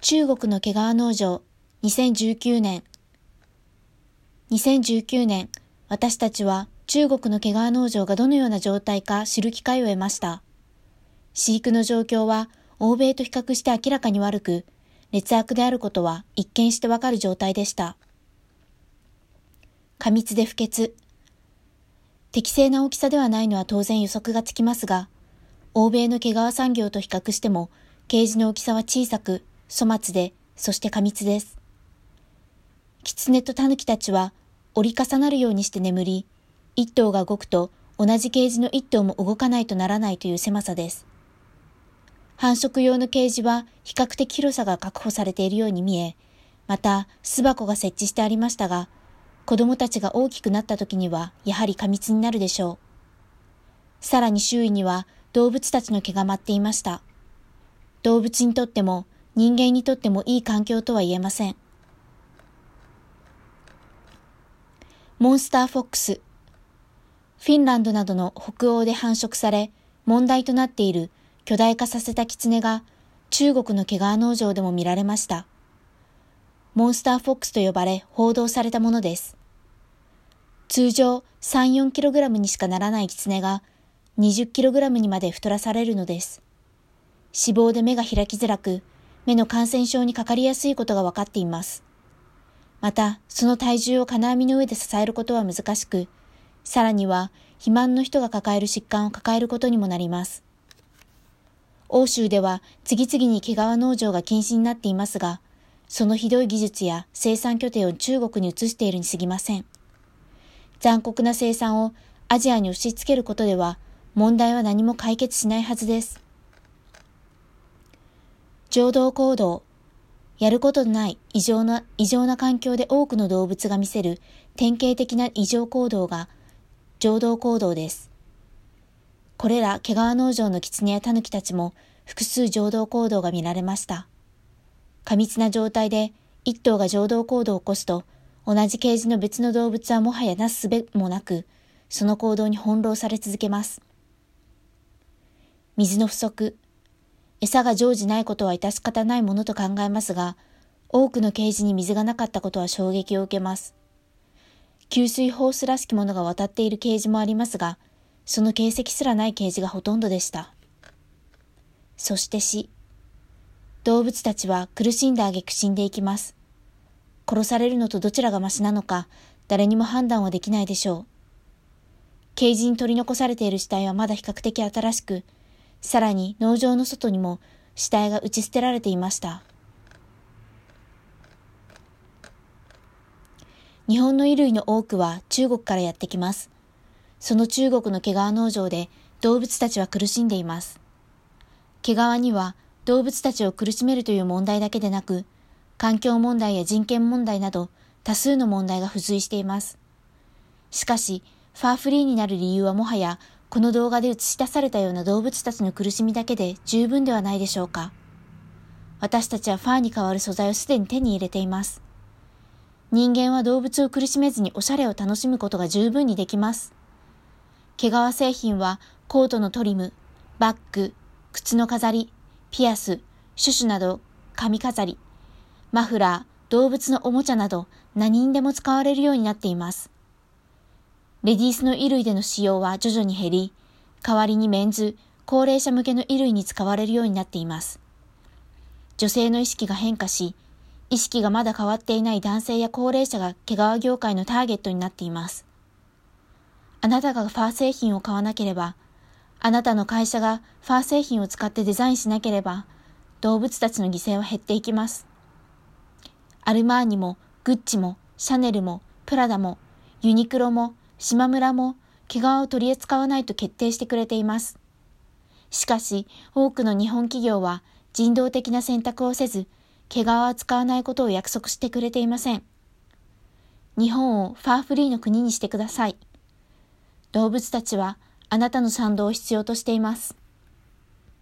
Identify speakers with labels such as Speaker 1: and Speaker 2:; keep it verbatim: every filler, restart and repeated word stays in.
Speaker 1: 中国の毛皮農場、にせんじゅうきゅうねん。にせんじゅうきゅうねん、私たちは中国の毛皮農場がどのような状態か知る機会を得ました。飼育の状況は欧米と比較して明らかに悪く、劣悪であることは一見してわかる状態でした。過密で不潔。適正な大きさではないのは当然予測がつきますが、欧米の毛皮産業と比較しても、ケージの大きさは小さく、粗末で、そして過密です。狐と狸たちは折り重なるようにして眠り、一頭が動くと同じケージの一頭も動かないとならないという狭さです。繁殖用のケージは比較的広さが確保されているように見え、また巣箱が設置してありましたが、子供たちが大きくなった時にはやはり過密になるでしょう。さらに周囲には動物たちの毛が舞っていました。動物にとっても人間にとってもいい環境とは言えません。モンスターフォックス。フィンランドなどの北欧で繁殖され問題となっている巨大化させたキツネが中国の毛皮農場でも見られました。モンスターフォックスと呼ばれ報道されたものです。通常 さん、よんキログラム にしかならないキツネがにじゅっキログラム にまで太らされるのです。脂肪で目が開きづらく、目の感染症にかかりやすいことが分かっています。また、その体重を金網の上で支えることは難しく、さらには肥満の人が抱える疾患を抱えることにもなります。欧州では次々に毛皮農場が禁止になっていますが、そのひどい技術や生産拠点を中国に移しているに過ぎません。残酷な生産をアジアに押し付けることでは、問題は何も解決しないはずです。情動行動。やることのない異常な、異常な環境で多くの動物が見せる典型的な異常行動が情動行動です。これら毛皮農場のキツネやタヌキたちも複数情動行動が見られました。過密な状態で一頭が情動行動を起こすと、同じケージの別の動物はもはやなすすべもなく、その行動に翻弄され続けます。水の不足。餌が常時ないことは致し方ないものと考えますが、多くのケージに水がなかったことは衝撃を受けます。給水ホースらしきものが渡っているケージもありますが、その形跡すらないケージがほとんどでした。そして死。動物たちは苦しんであげく死んでいきます。殺されるのとどちらがましなのか、誰にも判断はできないでしょう。ケージに取り残されている死体はまだ比較的新しく、さらに農場の外にも死体が打ち捨てられていました。日本の衣類の多くは中国からやってきます。その中国の毛皮農場で動物たちは苦しんでいます。毛皮には動物たちを苦しめるという問題だけでなく、環境問題や人権問題など多数の問題が付随しています。しかし、ファーフリーになる理由はもはやこの動画で映し出されたような動物たちの苦しみだけで十分ではないでしょうか。私たちはファーに代わる素材をすでに手に入れています。人間は動物を苦しめずにおしゃれを楽しむことが十分にできます。毛皮製品はコートのトリム、バッグ、靴の飾り、ピアス、シュシュなど髪飾り、マフラー、動物のおもちゃなど何にでも使われるようになっています。レディースの衣類での使用は徐々に減り、代わりにメンズ、高齢者向けの衣類に使われるようになっています。女性の意識が変化し、意識がまだ変わっていない男性や高齢者が毛皮業界のターゲットになっています。あなたがファー製品を買わなければ、あなたの会社がファー製品を使ってデザインしなければ、動物たちの犠牲は減っていきます。アルマーニも、グッチも、シャネルも、プラダも、ユニクロも、島村も毛皮を取り扱わないと決定してくれています。しかし、多くの日本企業は人道的な選択をせず、毛皮を使わないことを約束してくれていません。日本をファーフリーの国にしてください。動物たちはあなたの賛同を必要としています。